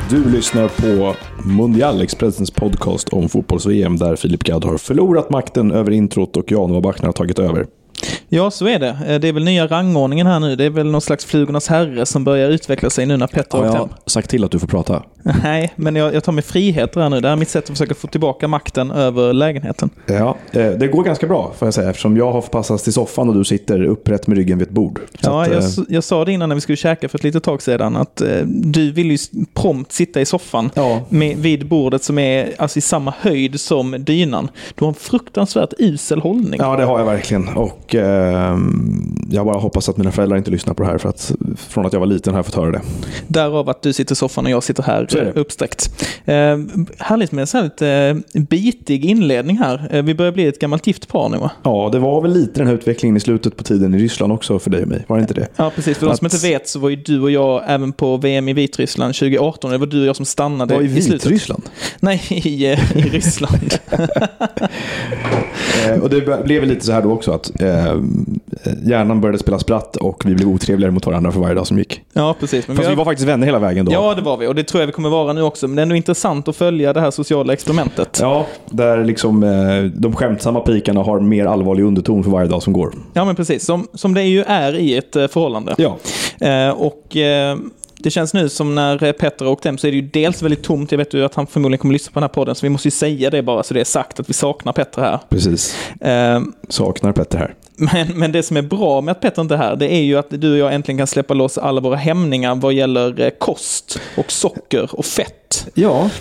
Du lyssnar på Mundial Expressens podcast om fotbolls-VM där Filip Gadd har förlorat makten över introt och Jan och Bachner har tagit över. Ja, så är det. Det är väl nya rangordningen här nu. Det är väl någon slags flugornas herre som börjar utveckla sig nu när Petter har jag har sagt till att du får prata. Nej, men jag tar mig friheter här nu. Det är mitt sätt att försöka få tillbaka makten över lägenheten. Ja, det går ganska bra får jag säga, eftersom jag har förpassats till soffan och du sitter upprätt med ryggen vid ett bord. Ja, jag sa det innan när vi skulle käka för ett litet tag sedan att du vill ju prompt sitta i soffan vid bordet som är alltså i samma höjd som dynan. Du har en fruktansvärt usel hållning. Ja, det har jag verkligen. Och jag bara hoppas att mina föräldrar inte lyssnar på det här för att från att jag var liten har jag fått höra det. Därav att du sitter i soffan och jag sitter här uppsträckt. Härligt med en sån här lite bitig inledning här. Vi börjar bli ett gammalt gift par nu, va? Ja, det var väl lite den här utvecklingen i slutet på tiden i Ryssland också för dig och mig. Var det inte det? Ja, precis. För de som inte vet så var ju du och jag även på VM i Vitryssland 2018. Det var du och jag som stannade i slutet. Vitryssland? Nej, i Ryssland. Och det blev lite så här då också att hjärnan började spela spratt och vi blev otrevligare mot varandra för varje dag som gick. Ja, precis. Men vi var faktiskt vänner hela vägen då. Ja, det var vi. Och det tror jag vi kommer vara nu också. Men det är ändå intressant att följa det här sociala experimentet. Ja, där liksom de skämtsamma pikarna har mer allvarlig underton för varje dag som går. Ja, men precis. Som det ju är i ett förhållande. Ja. Det känns nu som när Petter åkte hem så är det ju dels väldigt tomt. Jag vet ju att han förmodligen kommer lyssna på den här podden så vi måste ju säga det bara så det är sagt att vi saknar Petter här. Precis. Saknar Petter här. Men det som är bra med att Petter inte är här det är ju att du och jag äntligen kan släppa loss alla våra hämningar vad gäller kost och socker och fett. Ja.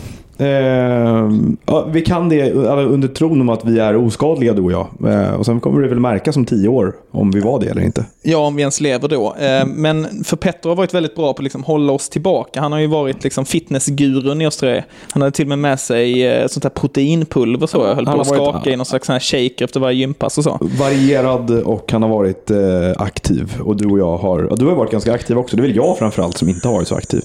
Vi kan det under tron om att vi är oskadliga du och jag. Och sen kommer det väl märkas om 10 år om vi var det eller inte. Ja, om vi ens lever då. Men för Petter har varit väldigt bra på att liksom hålla oss tillbaka. Han har ju varit liksom fitnessgurun i Australien. Han hade till och med sig sånt här proteinpulver så jag höll på att skaka i någon slags sån här shaker efter varje gympass och så. Varierad och han har varit aktiv. Och du och jag du har varit ganska aktiv också. Det är väl jag framförallt som inte har varit så aktiv.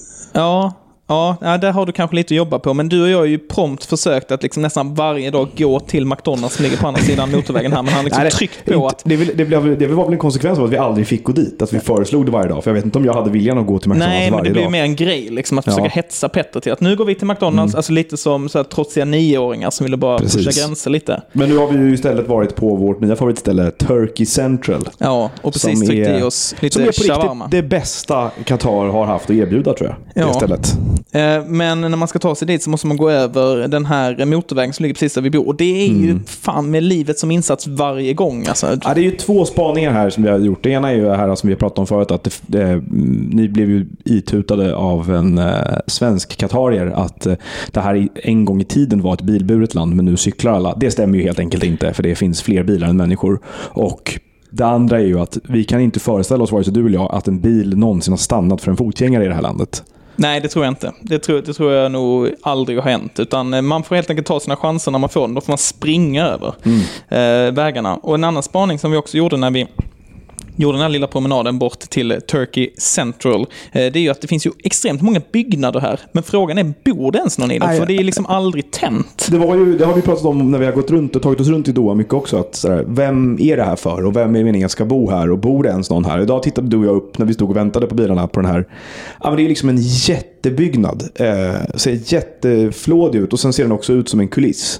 Ja, där har du kanske lite att jobba på. Men du och jag har ju prompt försökt att liksom nästan varje dag gå till McDonalds som ligger på andra sidan motorvägen här. Men han liksom tryckt på att... Det var väl en konsekvens av att vi aldrig fick gå dit. Att vi föreslog det varje dag. För jag vet inte om jag hade viljan att gå till McDonalds varje dag. Nej, men det blir mer en grej. Liksom, att försöka hetsa Petter till att nu går vi till McDonalds. Alltså lite som så här, trotsiga 9-åringar som ville bara pusha gränser lite. Men nu har vi ju istället varit på vårt nya favoritställe Turkey Central. Ja, och precis tryckt i oss lite shawarma. Det bästa Qatar har haft att erbjuda tror jag. Istället. Men när man ska ta sig dit så måste man gå över den här motorvägen som ligger precis där vi bor. Och det är ju fan med livet som insats varje gång. Alltså. Ja, det är ju 2 spaningar här som vi har gjort. Det ena är ju det här som vi har pratat om förut. Att ni blev ju itutade av en svensk katarier att det här en gång i tiden var ett bilburet land men nu cyklar alla. Det stämmer ju helt enkelt inte för det finns fler bilar än människor. Och det andra är ju att vi kan inte föreställa oss, vare sig du eller jag, att en bil någonsin har stannat för en fotgängare i det här landet. Nej, det tror jag inte. Det tror jag nog aldrig har hänt. Utan man får helt enkelt ta sina chanser när man får den. Då får man springa över vägarna. Och en annan spaning som vi också gjorde när vi gjorde den här lilla promenaden bort till Turkey Central, det är ju att det finns ju extremt många byggnader här. Men frågan är, bor det ens någon i dem? För det är liksom aldrig tänt. Det har vi pratat om när vi har gått runt och tagit oss runt i Doha mycket också. Att sådär, vem är det här för? Och vem är meningen ska bo här? Och bor det ens någon här? Idag tittade du och jag upp när vi stod och väntade på bilarna på den här. Ja, men det är liksom en jättebyggnad. Ser jätteflådig ut och sen ser den också ut som en kuliss.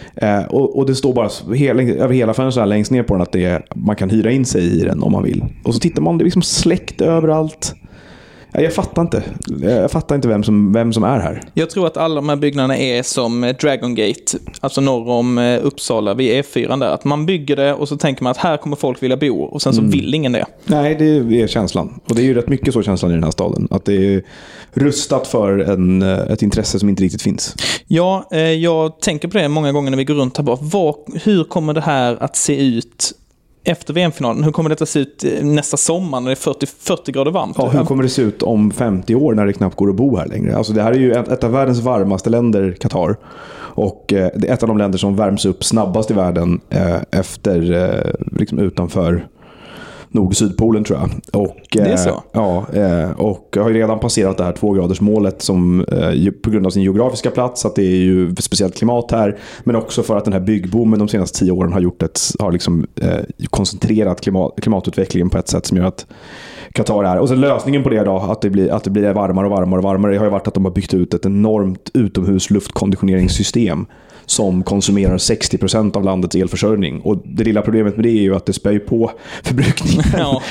Och det står bara över hela fönstret längst ner på den att man kan hyra in sig i den om man vill. Och så tittar man, det är liksom släckt överallt. Jag fattar inte vem som är här. Jag tror att alla de här byggnaderna är som Dragon Gate, alltså norr om Uppsala vid E4 där. Att man bygger det och så tänker man att här kommer folk vilja bo och sen så vill ingen det. Nej, det är känslan. Och det är ju rätt mycket så känslan i den här staden. Att det är rustat för ett intresse som inte riktigt finns. Ja, jag tänker på det många gånger när vi går runt här bara. Hur kommer det här att se ut efter VM-finalen? Hur kommer det att se ut nästa sommar när det är 40 grader varmt? Ja, hur kommer det se ut om 50 år när det knappt går att bo här längre? Alltså det här är ju ett av världens varmaste länder, Qatar. Och det är ett av de länder som värms upp snabbast i världen efter liksom utanför Nord-Sydpolen tror jag. Och, det är så? Ja, och har ju redan passerat det här 2-gradersmålet som på grund av sin geografiska plats, att det är ju speciellt klimat här, men också för att den här byggboomen de senaste 10 åren har liksom koncentrerat klimatutvecklingen på ett sätt som gör att Qatar är. Och så lösningen på det då, att det blir varmare och varmare och varmare, det har ju varit att de har byggt ut ett enormt utomhus luftkonditioneringssystem som konsumerar 60% av landets elförsörjning. Och det lilla problemet med det är ju att det spär på förbrukningen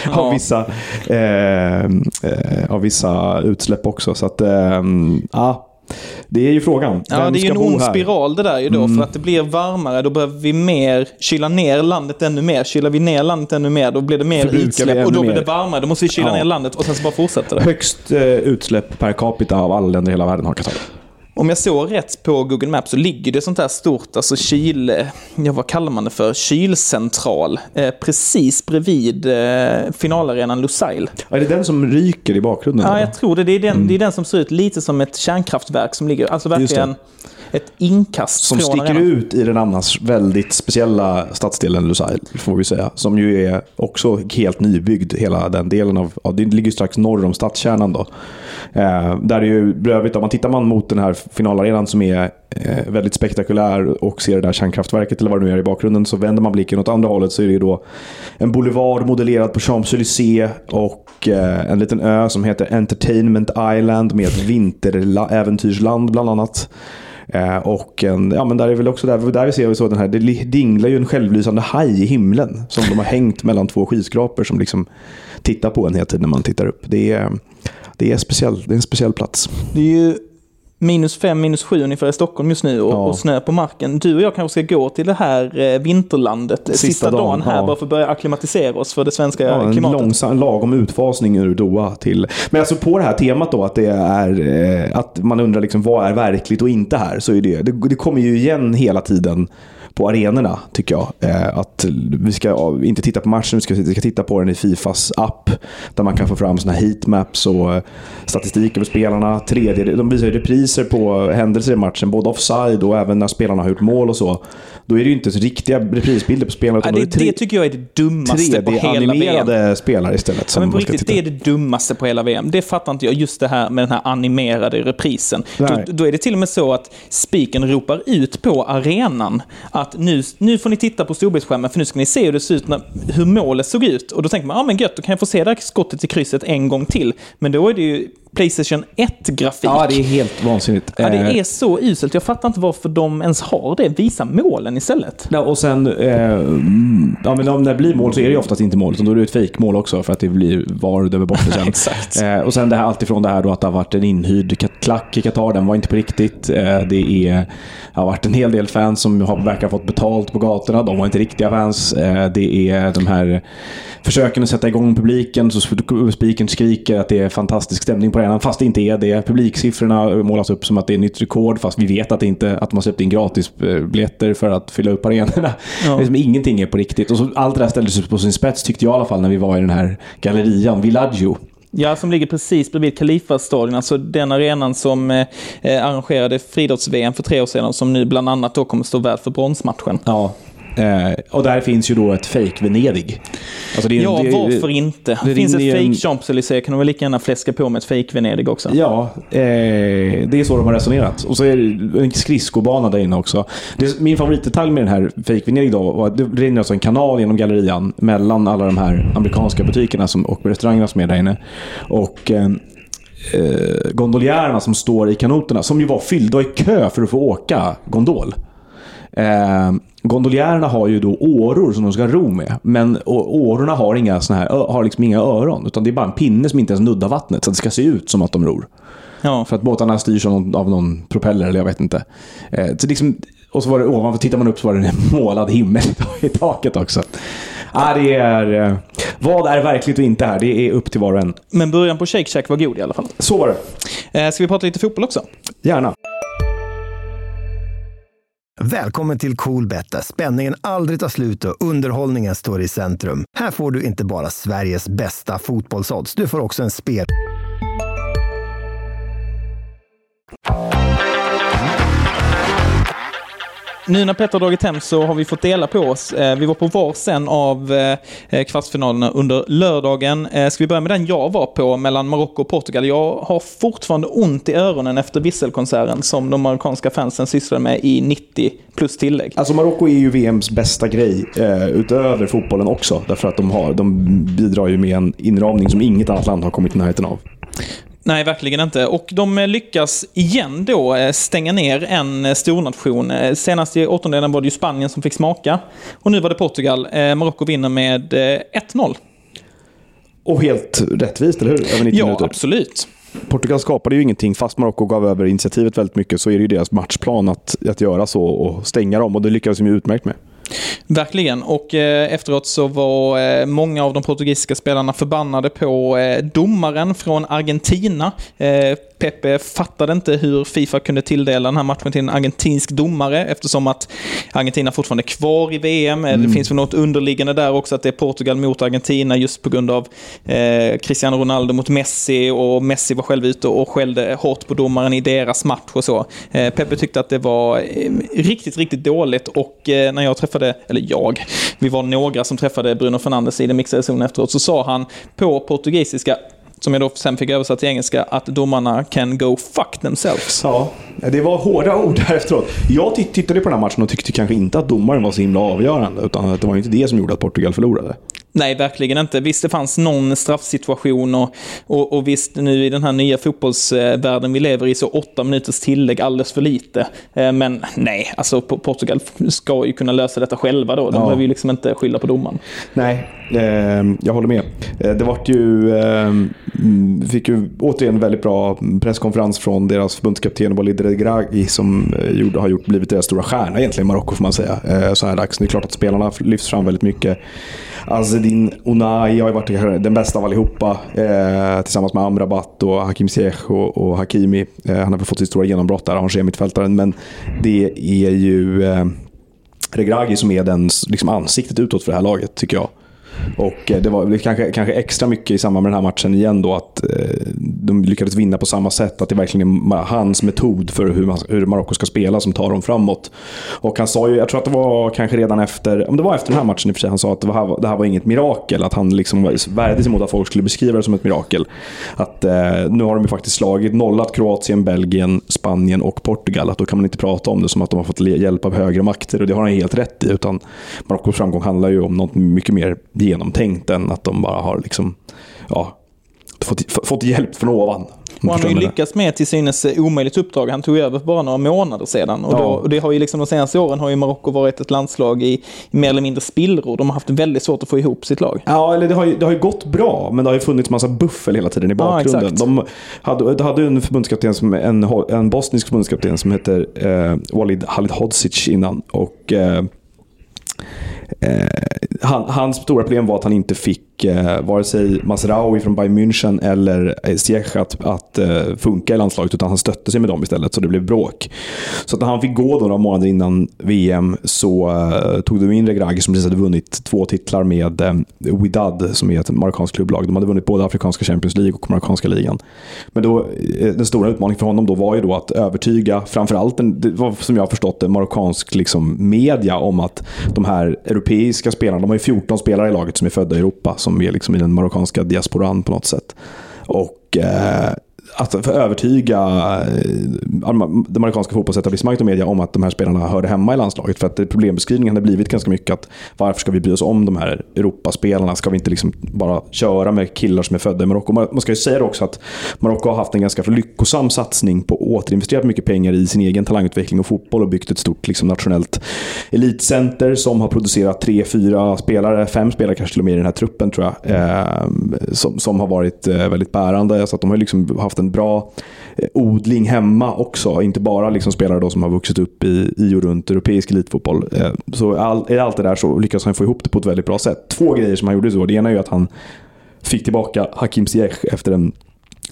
av vissa utsläpp också. Så att, det är ju frågan. Ja, det är ju en ond spiral det där ju då, för att det blir varmare, då behöver vi kyla ner landet ännu mer. Kylar vi ner landet ännu mer, då blir det mer utsläpp och då blir det varmare. Då måste vi kyla ner landet och sen så bara fortsätter det. Högst utsläpp per capita av alla länder i hela världen har Qatar. Om jag såg rätt på Google Maps så ligger det sånt här stort, alltså vad kallar man det för? Kylcentral. Precis bredvid finalarenan Lusail. Är det den som ryker i bakgrunden? Ja, jag tror det. Det är den som ser ut lite som ett kärnkraftverk som ligger, alltså verkligen ett inkast som sticker arenan ut i den annars väldigt speciella stadsdelen Lusail, får vi säga, som ju är också helt nybyggd, hela den delen av det ligger strax norr om stadskärnan då. Där är ju brövrigt, om man mot den här finalarenan som är väldigt spektakulär och ser det där kärnkraftverket eller vad det nu är i bakgrunden, så vänder man blicken åt andra hållet så är det ju då en boulevard modellerad på Champs-Élysées och en liten ö som heter Entertainment Island med ett vinteräventyrsland bland annat. Och men där är väl också där vi ser så den här, det dinglar ju en självlysande haj i himlen som de har hängt mellan 2 skyskrapor som liksom tittar på en hela tiden när man tittar upp. Det är en speciell plats. Det är ju -5, -7 ungefär i Stockholm just nu och snö på marken. Du och jag kanske ska gå till det här vinterlandet sista dagen här bara för att börja akklimatisera oss för det svenska klimatet. En lagom utfasning ur Doha till. Men alltså på det här temat då, att det är att man undrar liksom vad är verkligt och inte här, så är det kommer ju igen hela tiden på arenorna, tycker jag. Att vi ska inte titta på matchen, vi ska titta på den i Fifas app där man kan få fram såna heatmaps och statistik över spelarna. De visar repriser på händelser i matchen, både offside och även när spelarna har gjort mål och så. Då är det ju inte så riktiga reprisbilder på spelarna. Det tycker jag är det dummaste på hela VM. 3D-animerade spelare istället. Men på riktigt, det är det dummaste på hela VM. Det fattar inte jag, just det här med den här animerade reprisen. Då är det till och med så att speakern ropar ut på arenan att nu får ni titta på storbildsskärmen, för nu ska ni se hur det ser ut hur målet såg ut. Och då tänker man, men gött, då kan jag få se det här skottet i krysset en gång till. Men då är det ju PlayStation 1-grafik. Ja, det är helt vansinnigt. Ja, det är så uselt. Jag fattar inte varför de ens har det. Visa målen istället. Ja, och sen men om det blir mål så är det ju oftast inte mål, utan då är det ett fake-mål också för att det blir var över borta sen. Exakt. Och sen det här, alltifrån det här då att det har varit en inhyrd klack i Qatar, den var inte på riktigt. Det har varit en hel del fans som verkar ha fått betalt på gatorna, de var inte riktiga fans. Det är de här försöken att sätta igång publiken, så speakern skriker att det är fantastisk stämning på arenan, fast det inte är det. Publiksiffrorna målas upp som att det är nytt rekord, fast vi vet att att man släppt in gratis biljetter för att fylla upp arenorna. Ja. Liksom, ingenting är på riktigt. Och så allt det där ställdes på sin spets, tyckte jag i alla fall, när vi var i den här gallerian Villaggio. Ja, som ligger precis bredvid Khalifa-stadion, alltså den arenan som arrangerade friidrotts-VM för 3 år sedan, som nu bland annat då kommer stå värd för bronsmatchen. Ja. Och där finns ju då ett fake Venedig. Alltså varför inte? Det finns ett fake Champs-Élysées, kan de väl lika gärna fläska på med ett fake Venedig också? Ja, det är så de har resonerat. Och så är det en skridskobana där inne också. Min favoritdetalj med den här fake Venedig då var att det rinner alltså en kanal genom gallerian mellan alla de här amerikanska butikerna och restaurangerna som är där inne. Och gondoljärerna som står i kanoterna, som ju var fyllda i kö för att få åka gondol. Gondoljärerna har ju då åror som de ska ro med, men årorna har liksom inga öron, utan det är bara en pinne som inte ens nuddar vattnet, så att det ska se ut som att de ror. Ja. För att båtarna styrs av någon propeller, eller jag vet inte. Så liksom, och så var det ovanför, tittar man upp så var det en målad himmel i taket också. Det är vad är verkligt och inte här, det är upp till var och en. Men början på Shake Shack var god i alla fall. Så var det. Ska vi prata lite fotboll också? Gärna. Välkommen till Coolbet, där spänningen aldrig tar slut och underhållningen står i centrum. Här får du inte bara Sveriges bästa fotbollsodds, du får också en spel. nu när Petter har dragit hem så har vi fått dela på oss. Vi var på varsin av kvartsfinalerna under lördagen. Ska vi börja med den jag var på mellan Marocko och Portugal? Jag har fortfarande ont i öronen efter visselkonserten som de marockanska fansen sysslade med i 90 plus tillägg. Alltså Marocko är ju VMs bästa grej utöver fotbollen också. Därför att de bidrar ju med en inramning som inget annat land har kommit i närheten av. Nej, verkligen inte. Och de lyckas igen då stänga ner en stornation. Senast i åttondelen var det ju Spanien som fick smaka. Och nu var det Portugal. Marocko vinner med 1-0. Och helt rättvist, eller hur? Över 90 minuter. Absolut. Portugal skapade ju ingenting, fast Marocko gav över initiativet väldigt mycket, så är det ju deras matchplan att göra så och stänga dem. Och det lyckades de ju utmärkt med. Verkligen, och efteråt så var många av de portugisiska spelarna förbannade på domaren från Argentina. Pepe fattade inte hur FIFA kunde tilldela den här matchen till en argentinsk domare, eftersom att Argentina fortfarande är kvar i VM. Det finns väl något underliggande där också, att det är Portugal mot Argentina just på grund av Cristiano Ronaldo mot Messi, och Messi var själv ute och skällde hårt på domaren i deras match och så. Pepe tyckte att det var riktigt, riktigt dåligt, och när jag träffade, vi var några som träffade Bruno Fernandes i den mixade zonen efteråt, så sa han på portugisiska, som jag då sen fick översatt till engelska, att domarna can go fuck themselves. Ja, det var hårda ord här efteråt. Jag tittade på den här matchen och tyckte kanske inte att domaren var så himla avgörande, utan att det var inte det som gjorde att Portugal förlorade. Nej, verkligen inte. Visst, det fanns någon straffsituation och visst, nu i den här nya fotbollsvärlden vi lever i så 8 minuters tillägg alldeles för lite. Men nej, alltså Portugal ska ju kunna lösa detta själva då. De behöver ju liksom inte skylla på domaren. Nej, jag håller med. Det var ju fick ju återigen väldigt bra presskonferens från deras förbundskapten Walid Regragui, som har blivit deras stora stjärna egentligen i Marocko, får man säga. Så här dags. Det är klart att spelarna lyfts fram väldigt mycket. Azzedine Ounahi har ju varit den bästa av allihopa, tillsammans med Amrabat och Hakim Ziyech och Hakimi. Han har fått sitt stora genombrott där, han ser mittfältaren, men det är ju Regragui som är den liksom ansiktet utåt för det här laget, tycker jag. Och det var kanske extra mycket i samband med den här matchen igen då, att de lyckades vinna på samma sätt, att det verkligen är hans metod för hur Marocko ska spela som tar dem framåt. Och han sa ju, jag tror att det var kanske redan efter, om det var efter den här matchen i och för sig, han sa att det här var inget mirakel, att han liksom värde sig mot att folk skulle beskriva det som ett mirakel. Att nu har de ju faktiskt nollat Kroatien, Belgien, Spanien och Portugal, att då kan man inte prata om det som att de har fått hjälp av högre makter, och det har han helt rätt i, utan Marockos framgång handlar ju om något mycket mer genomtänkt än att de bara har liksom, fått hjälp från ovan. Och han har ju lyckats med till synes omöjligt uppdrag. Han tog över för bara några månader sedan. Och det har ju liksom de senaste åren har ju Marocko varit ett landslag i mer eller mindre spillror. De har haft väldigt svårt att få ihop sitt lag. Ja, eller det har ju gått bra, men det har ju funnits massa buffel hela tiden i bakgrunden. De hade en förbundskapten som en bosnisk förbundskapten som heter Walid Halidhodzic innan, och hans stora problem var att han inte fick vare sig Mazraoui från Bayern München eller Ziyech att funka i landslaget, utan han stötte sig med dem istället, så det blev bråk. Så att när han fick gå några månader innan VM så tog de in Regragui, som precis hade vunnit 2 titlar med Wydad, som är ett marockanskt klubblag. De hade vunnit både afrikanska Champions League och marockanska ligan. Men då, den stora utmaningen för honom då var ju då att övertyga framförallt, det var som jag har förstått det, marockansk liksom media om att de här europeiska spelarna, de har ju 14 spelare i laget som är födda i Europa, som är liksom i den marockanska diasporan på något sätt. Och att övertyga det marockanska fotbollsetablissemanget och media om att de här spelarna hörde hemma i landslaget, för att problembeskrivningen hade blivit ganska mycket att varför ska vi bry oss om de här Europaspelarna? Ska vi inte liksom bara köra med killar som är födda i Marocko? Man ska ju säga också att Marocko har haft en ganska lyckosam satsning på att återinvestera mycket pengar i sin egen talangutveckling och fotboll, och byggt ett stort liksom nationellt elitcenter som har producerat 3-4 spelare, 5 spelare kanske till och med i den här truppen, tror jag, som har varit väldigt bärande, så att de har liksom haft en bra odling hemma också, inte bara liksom spelare då som har vuxit upp i och runt europeisk elitfotboll. Så allt det där så lyckas han få ihop det på ett väldigt bra sätt. 2 grejer som han gjorde så. Det ena är ju att han fick tillbaka Hakim Ziyech efter en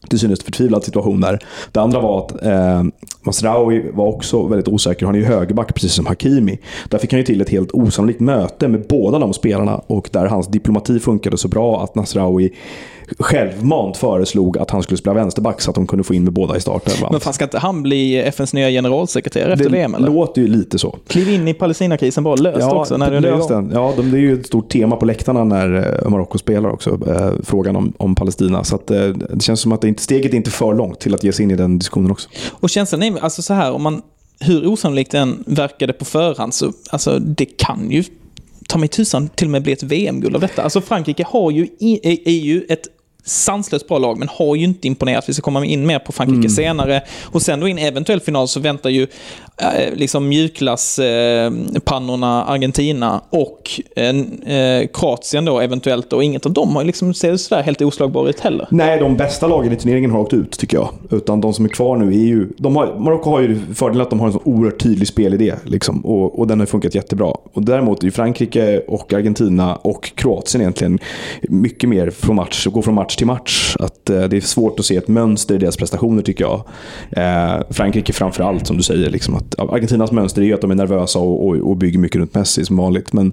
till synes förtvivlad situation där. Det andra var att Mazraoui var också väldigt osäker. Han är ju högerback precis som Hakimi. Där fick han ju till ett helt osannolikt möte med båda de spelarna, och där hans diplomati funkade så bra att Mazraoui självmant föreslog att han skulle spela vänsterback så att de kunde få in med båda i starten. Men fan, ska inte han bli FNs nya generalsekreterare efter VM? Eller? Det låter ju lite så. Kliv in i Palestinakrisen, bara löst också. När det löst den. Ja, det är ju ett stort tema på läktarna när Marocko spelar också. Frågan om Palestina. Så att, det känns som att steget är inte för långt till att ge sig in i den diskussionen också. Och känslan är alltså så här, om man, hur osannolikt den verkade på förhand, så alltså, det kan ju ta mig tusan till och med bli ett VM-guld av detta. Alltså Frankrike är ju ett sanslöst bra lag, men har ju inte imponerat. Vi ska komma in mer på Frankrike senare. Och sen då i en eventuell final så väntar ju liksom mjukglasspannorna Argentina och Kroatien då eventuellt, och inget av dem har ju liksom ser så där helt oslagbara ut heller. Nej, de bästa lagen i turneringen har åkt ut, tycker jag. Utan de som är kvar nu är ju... Marocko har ju fördelen att de har en sån oerhört tydlig spelidé liksom, och den har funkat jättebra. Och däremot är ju Frankrike och Argentina och Kroatien egentligen mycket mer går från match till match. Att det är svårt att se ett mönster i deras prestationer, tycker jag. Frankrike framförallt, som du säger, liksom, att Argentinas mönster är ju att de är nervösa och bygger mycket runt Messi som vanligt, men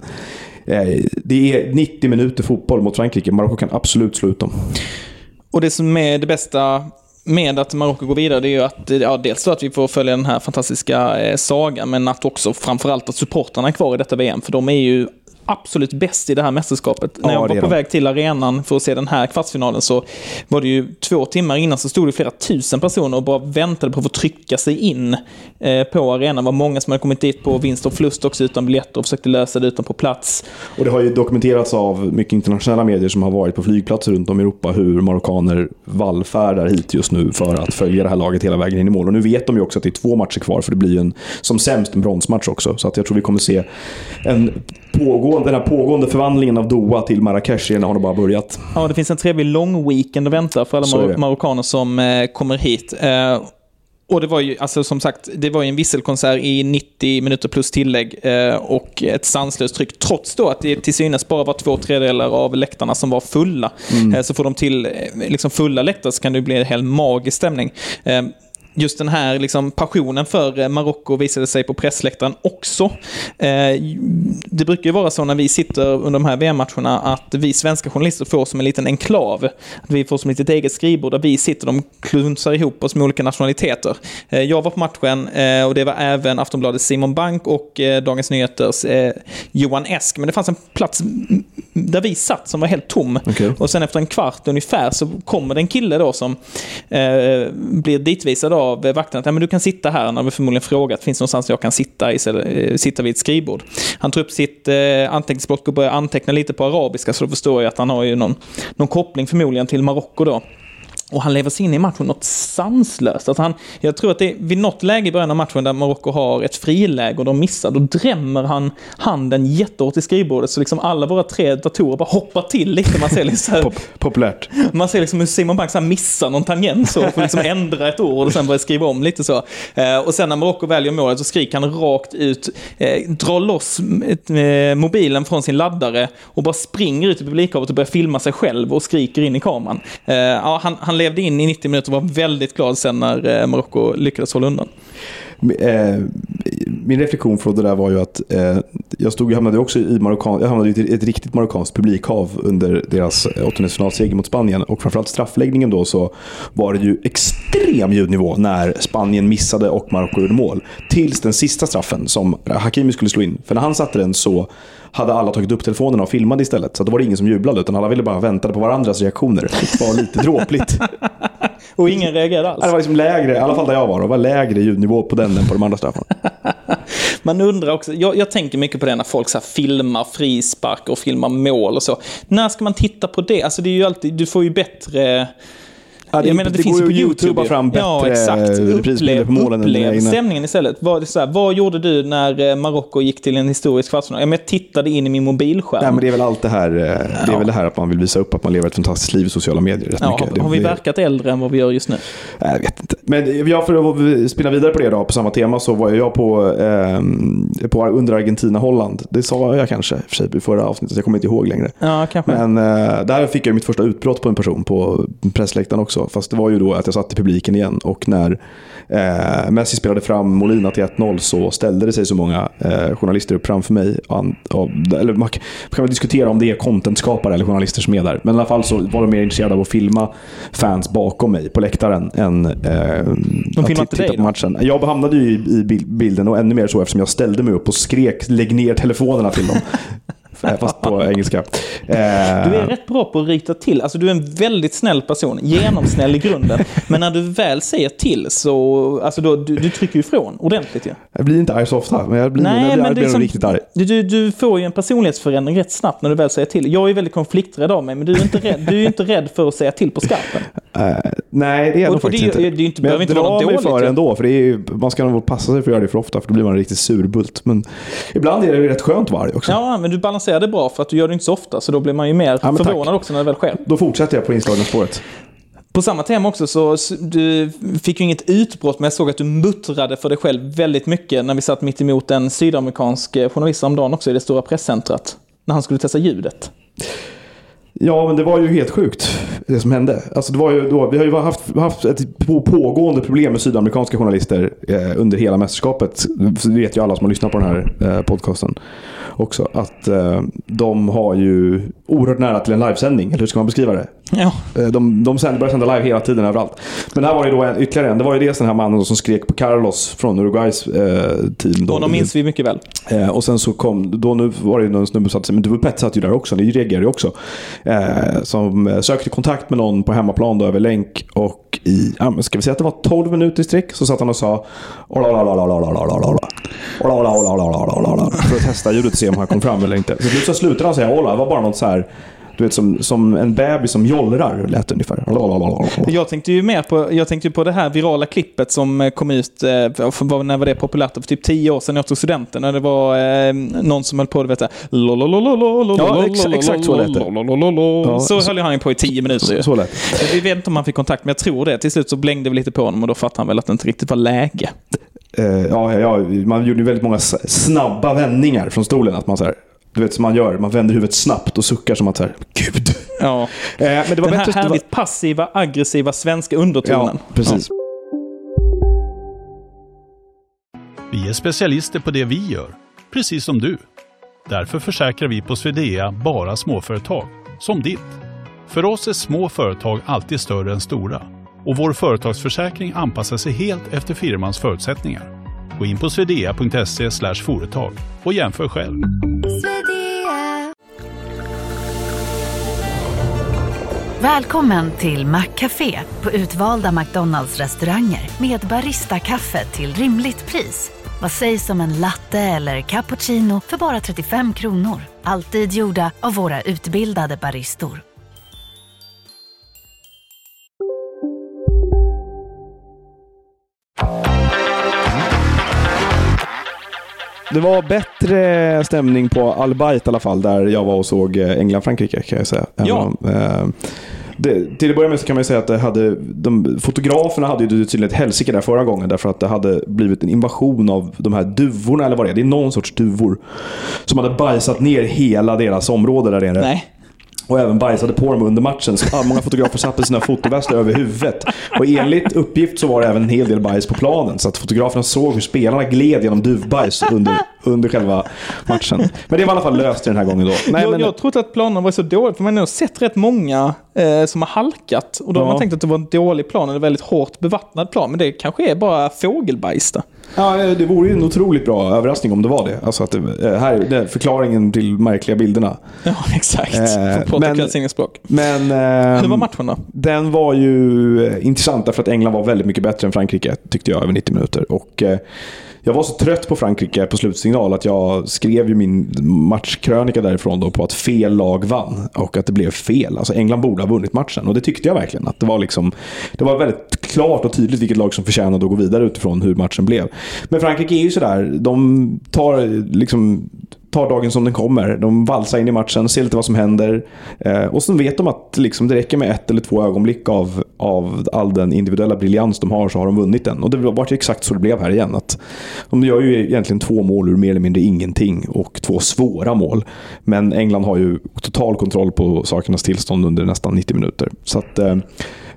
det är 90 minuter fotboll mot Frankrike. Marocko kan absolut slå ut dem. Och det som är det bästa med att Marocko går vidare, det är ju att dels så att vi får följa den här fantastiska sagan, men att också framförallt att supportarna är kvar i detta VM, för de är ju absolut bäst i det här mästerskapet. När jag var på väg till arenan för att se den här kvartsfinalen, så var det ju 2 timmar innan så stod det flera tusen personer och bara väntade på att få trycka sig in på arenan. Det var många som hade kommit dit på vinst och förlust också utan biljetter och försökte lösa det utan på plats. Och det har ju dokumenterats av mycket internationella medier som har varit på flygplatser runt om i Europa hur marockaner vallfärdar hit just nu för att följa det här laget hela vägen in i mål. Och nu vet de ju också att det är 2 matcher kvar, för det blir ju som sämst en bronsmatch också. Så att jag tror vi kommer se den här pågående förvandlingen av Doha till Marrakesh när har det bara börjat. Ja, det finns en trevlig lång weekend att vänta för alla marockaner som kommer hit. Och det var ju, alltså som sagt, det var ju en visselkonsert i 90 minuter plus tillägg och ett sanslöst tryck, trots då att det till synes bara var 2/3 av läktarna som var fulla. Så får de till liksom fulla läktare, så kan det bli en helt magisk stämning. Just den här liksom passionen för Marocko visade sig på pressläktaren också. Det brukar ju vara så när vi sitter under de här VM-matcherna att vi svenska journalister får som en liten enklav. Att vi får som ett eget skrivbord där vi sitter, de klunsar ihop oss med olika nationaliteter. Jag var på matchen och det var även Aftonbladets Simon Bank och Dagens Nyheters Johan Esk. Men det fanns en plats där vi satt som var helt tom. Okay. Och sen efter en kvart ungefär så kommer det en kille då som blir ditvisad av vakten att men du kan sitta här. Han har förmodligen frågat, finns det någonstans jag kan sitta vid ett skrivbord. Han tar upp sitt anteckningsblock och börjar anteckna lite på arabiska, så då förstår jag att han har ju någon koppling förmodligen till Marocko då. Och han lever sig in i matchen något sanslöst. Att jag tror att det är vid något läge i början av matchen där Marocko har ett friläge och de missar, då drämmer han handen jättehårt i skrivbordet, så liksom alla våra 3 datorer bara hoppar till lite. Man ser liksom populärt. Man ser liksom hur Simon Bank missar någon tangent så får liksom ändra ett ord och sen börja skriva om lite så. Och sen när Marocko väljer målet så skriker han rakt ut, drar loss mobilen från sin laddare och bara springer ut i publikhavet och börjar filma sig själv och skriker in i kameran. Han levde in i 90 minuter och var väldigt glad sen när Marocko lyckades hålla undan. Min reflektion från det där var ju att jag hamnade också i ett riktigt marockanskt publikhav under deras 8-finalseger mot Spanien, och framförallt straffläggningen då, så var det ju extrem ljudnivå när Spanien missade och Marocko gjorde mål tills den sista straffen som Hakimi skulle slå in. För när han satte den så hade alla tagit upp telefonerna och filmade istället, så då var det ingen som jublade utan alla ville bara vänta på varandras reaktioner. Det var lite dråpligt. Och ingen reagerade alls. Det var liksom lägre, i alla fall där jag var. Det var lägre ljudnivå på den än på de andra straffarna. Man undrar också, jag tänker mycket på det när folk så här filmar frispark och filmar mål och så. När ska man titta på det? Alltså det är ju alltid, du får ju bättre... Ja, det finns ju på YouTube fram bättre reprisbilder på målen. Upplev stämningen istället. Vad gjorde du när Marocko gick till en historisk kvartsfinal? Jag tittade in i min mobilskärm. Nej, men det är väl allt det här. Det är väl det här att man vill visa upp att man lever ett fantastiskt liv i sociala medier. Har vi verkat äldre än vad vi gör just nu? Jag vet inte. Men jag, för att spinna vidare på det då, på samma tema, så var jag på under Argentina-Holland. Det sa jag kanske för sig i förra avsnittet. Jag kommer inte ihåg längre. Ja, kanske. Men där fick jag mitt första utbrott på en person på pressläktaren också. också. Fast det var ju då att jag satt i publiken igen. Och när Messi spelade fram Molina till 1-0 så ställde det sig så många journalister upp framför mig. Eller man kan väl diskutera om det är contentskapare eller journalister som är där. Men i alla fall så var de mer intresserade av att filma fans bakom mig på läktaren än de filmade inte dig på matchen. Jag hamnade ju i bilden och ännu mer så eftersom jag ställde mig upp och skrek lägg ner telefonerna till dem. Fast på engelska. Du är rätt bra på att rita till. Alltså du är en väldigt snäll person, genomsnäll i grunden. Men när du väl säger till så alltså då, du trycker ju ifrån ordentligt. Ja. Jag blir inte arg så ofta, men jag blir liksom, riktigt arg. Du får ju en personlighetsförändring rätt snabbt när du väl säger till. Jag är väldigt konflikträdd av mig, men du är inte rädd för att säga till på skarpen. Nej, det är jag faktiskt inte. Det är inte, behöver inte vara något dåligt. För ändå, för det är ju, man ska nog passa sig för att göra det för ofta, för då blir man riktigt surbult. Men ibland är det rätt skönt att vara arg också. Ja, men du balanserar det bra för att du gör det inte så ofta, så då blir man ju mer förvånad också när det väl sker. Då fortsätter jag på inslagna spåret. På samma tema också, så du fick ju inget utbrott, men jag såg att du muttrade för dig själv väldigt mycket när vi satt mitt emot en sydamerikansk journalist om dagen också i det stora presscentret, när han skulle testa ljudet. Ja, men det var ju helt sjukt det som hände. Alltså det var ju då, vi har ju haft ett pågående problem med sydamerikanska journalister under hela mästerskapet. Det vet ju alla som har lyssnat på den här podcasten också, att de har ju oerhört nära till en livesändning, eller hur ska man beskriva det? Ja. De börjar sända live hela tiden överallt. Men här var det då ytterligare en. Det var ju dels den här mannen som skrek på Carlos från Uruguays team. Och de minns vi mycket väl. Och sen så nu var det någon snubbe som satt sig, men Duvepet satt ju där också, ni reagerade ju också. Som sökte kontakt med någon på hemmaplan då över länk, och ska vi säga att det var 12 minuter i sträck så satt han och sa för att testa ljudet och se om han kom fram eller inte. Så slutade han säga det var bara något så här, du vet, som en bebis som jollrar lät ungefär. Jag tänkte ju på det här virala klippet som kom ut, när var det populärt, för typ 10 år sedan jag tog studenten, när det var någon som höll på att veta. Ja, exakt så lät det. Så höll han på i 10 minuter. Så lät. Vi vet inte om han fick kontakt, men jag tror det. Till slut så blängde vi lite på honom och då fattade han väl att det inte riktigt var läge. Ja, man gjorde väldigt många snabba vändningar från stolen, att man så här, du vet som man gör, man vänder huvudet snabbt och suckar som att så här, gud. Ja. Men det var den här härligt passiva, aggressiva svenska undertonen. Ja, precis. Ja. Vi är specialister på det vi gör, precis som du. Därför försäkrar vi på Swedea bara småföretag, som ditt. För oss är små företag alltid större än stora. Och vår företagsförsäkring anpassar sig helt efter firmans förutsättningar. Gå in på swedea.se/företag och jämför själv. Välkommen till McCafé på utvalda McDonalds-restauranger med Barista-kaffe till rimligt pris. Vad sägs om en latte eller cappuccino för bara 35 kronor? Alltid gjorda av våra utbildade baristor. Det var bättre stämning på Al Bayt i alla fall, där jag var och såg England-Frankrike, kan jag säga. Ja. Till att börja med så kan man ju säga att fotograferna hade ju tydligen ett helsike där förra gången, därför att det hade blivit en invasion av de här duvorna, eller vad det är. Det är någon sorts duvor som hade bajsat ner hela deras område där nere. Nej. Och även bajsade på dem under matchen. Så många fotografer satte sina fotovästar över huvudet. Och enligt uppgift så var det även en hel del bajs på planen. Så att fotograferna såg hur spelarna gled genom duvbajs under själva matchen. Men det var i alla fall löst den här gången då. Jag trodde att planerna var så dåliga, för man har sett rätt många som har halkat. Och då har man tänkt att det var en dålig plan, eller väldigt hårt bevattnad plan. Men det kanske är bara fågelbajs där. Ja, det vore ju en otroligt bra överraskning om det var det. Alltså att det är förklaringen till märkliga bilderna. Ja, exakt. Men hur var matchen då? Den var ju intressant därför att England var väldigt mycket bättre än Frankrike, tyckte jag, över 90 minuter. Och jag var så trött på Frankrike på slutsignal att jag skrev ju min matchkrönika därifrån då på att fel lag vann och att det blev fel. Alltså England borde ha vunnit matchen, och det tyckte jag verkligen. Att det var väldigt klart och tydligt vilket lag som förtjänade att gå vidare utifrån hur matchen blev. Men Frankrike är ju sådär, de tar dagen som den kommer. De valsar in i matchen, ser lite vad som händer. Och så vet de att det räcker med 1 eller 2 ögonblick av all den individuella briljans de har, så har de vunnit den. Och det var ju exakt så det blev här igen. Att de gör ju egentligen 2 mål ur mer eller mindre ingenting och 2 svåra mål. Men England har ju total kontroll på sakernas tillstånd under nästan 90 minuter. Så att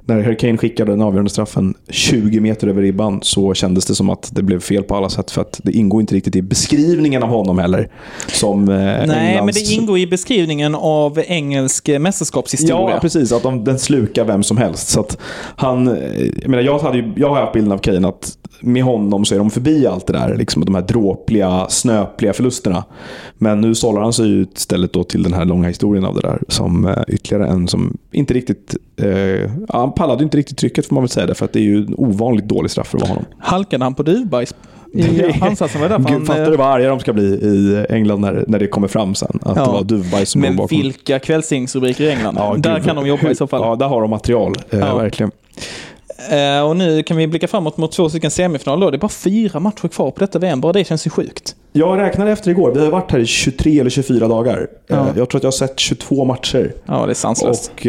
när Harry Kane skickade den avgörande straffen 20 meter över ribban så kändes det som att det blev fel på alla sätt, för att det ingår inte riktigt i beskrivningen av honom heller. Som Nej, men det ingår i beskrivningen av engelsk mästerskapshistoria. Ja, precis. Att den slukar vem som helst. Så att han, jag har haft bilden av Kane att med honom så är de förbi allt det där, liksom de här dråpliga, snöpliga förlusterna. Men nu sållar han sig ut istället då till den här långa historien av det där som ytterligare en som inte riktigt han pallade inte riktigt trycket, får man väl säga det, för att det är ju en ovanligt dålig straff för att vara honom. Halkade han på duvbajs i ansatsen? Var därför han... Fattar du vad arga de ska bli i England när det kommer fram sen? Att det var duvbajs som men vilka kvällstidningsrubriker i England? Ja, där kan de jobba i så fall. Ja, där har de material, verkligen. Och nu kan vi blicka framåt mot 2 stycken semifinaler. Det är bara 4 matcher kvar på detta VM. Bara det känns ju sjukt. Jag räknade efter igår. Vi har varit här i 23 eller 24 dagar. Ja. Jag tror att jag har sett 22 matcher. Ja, det är sanslöst. Och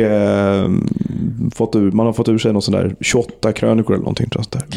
man har fått ur sig någon sån där 28 krönikor eller någonting.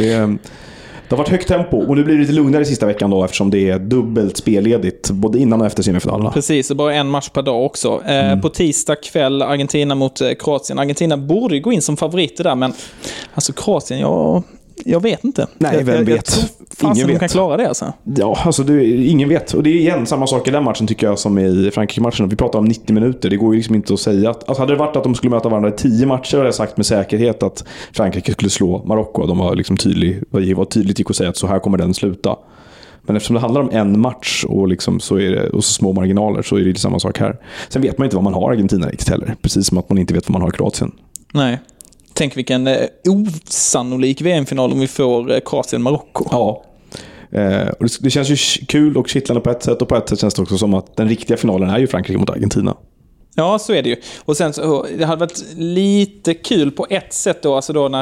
Det har varit högt tempo, och nu blir det lite lugnare sista veckan då, eftersom det är dubbelt spelledigt både innan och efter semifinalerna. Precis, och bara en match per dag också. På tisdag kväll Argentina mot Kroatien. Argentina borde ju gå in som favoriter där, men alltså Kroatien, jag vet inte. Nej, vem vet? Ingen vet. Kan klara det alltså. Ja, alltså ingen vet. Och det är igen samma sak i den matchen tycker jag som i Frankrike-matchen. Vi pratar om 90 minuter. Det går ju liksom inte att säga att, alltså hade det varit att de skulle möta varandra i 10 matcher hade jag sagt med säkerhet att Frankrike skulle slå Marocko. De var liksom tydligt gick att säga att så här kommer den sluta. Men eftersom det handlar om en match och liksom så är det, och så små marginaler, så är det lite samma sak här. Sen vet man inte vad man har Argentina riktigt heller. Precis som att man inte vet vad man har Kroatien. Nej. Tänk vilken osannolik VM-final om vi får Kroatien-Marocko. Ja. Och det känns ju kul och kittlande på ett sätt, och på ett sätt känns det också som att den riktiga finalen är ju Frankrike mot Argentina. Ja, så är det ju. Och sen så, det hade varit lite kul på ett sätt då, alltså då när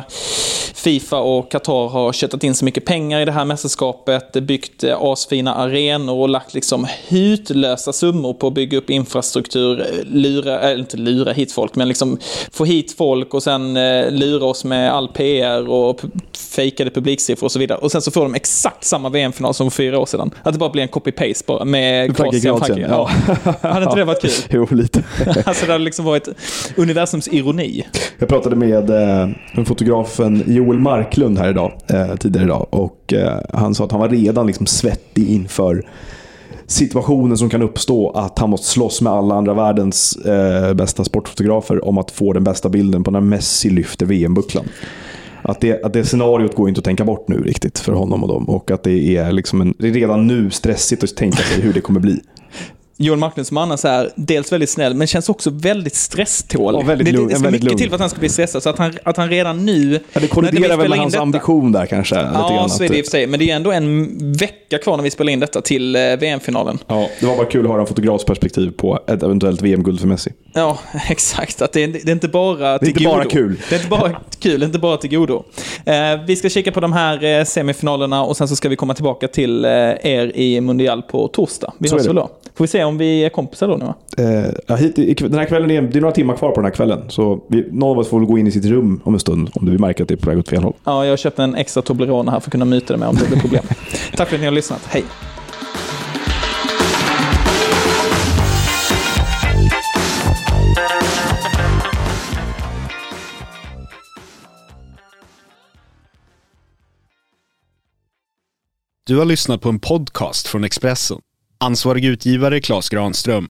FIFA och Qatar har köttat in så mycket pengar i det här mästerskapet, byggt asfina arenor och lagt liksom hutlösa summor på att bygga upp infrastruktur, inte lura hit folk, men liksom få hit folk och sen lura oss med all PR och fejkade publiksiffror och så vidare. Och sen så får de exakt samma VM-final som för 4 år sedan. Att det bara blir en copy-paste bara med Kroatien. Ja. Hade inte det varit kul? Jo, lite. Alltså det hade liksom varit universums ironi. Jag pratade med fotografen Joel Marklund här tidigare idag, och han sa att han var redan liksom svettig inför situationen som kan uppstå, att han måste slåss med alla andra världens bästa sportfotografer om att få den bästa bilden på när Messi lyfter VM-bucklan. Att det scenariot går inte att tänka bort nu riktigt för honom och dem, och att det är liksom det är redan nu stressigt att tänka sig hur det kommer bli. Joel Marklund som annars är dels väldigt snäll, men känns också väldigt stresstålig. Ja, väldigt lugn, det ska mycket till för att han ska bli stressad, så att han redan nu... Ja, det kolliderar väl med hans ambition där kanske. Ja, så är det i och för sig. Men det är ändå en vecka kvar när vi spelar in detta till VM-finalen. Ja, det var bara kul att höra en fotografsperspektiv på ett eventuellt VM-guld för Messi. Ja, exakt. Att det är inte bara till godo. Det är inte bara kul. Det är inte bara kul, inte bara till godo. Vi ska kika på de här semifinalerna, och sen så ska vi komma tillbaka till er i Mundial på torsdag. Vi hörs väl då. Får vi se om vi är kompisar då nu, va? Den här kvällen det är några timmar kvar på den här kvällen. Så någon av oss får gå in i sitt rum om en stund om vi märker att det är på väg åt fel håll. Ja, jag har köpt en extra Toblerone här för att kunna myta det med om det blir problem. Tack för att ni har lyssnat. Hej! Du har lyssnat på en podcast från Expressen. Ansvarig utgivare Claes Granström.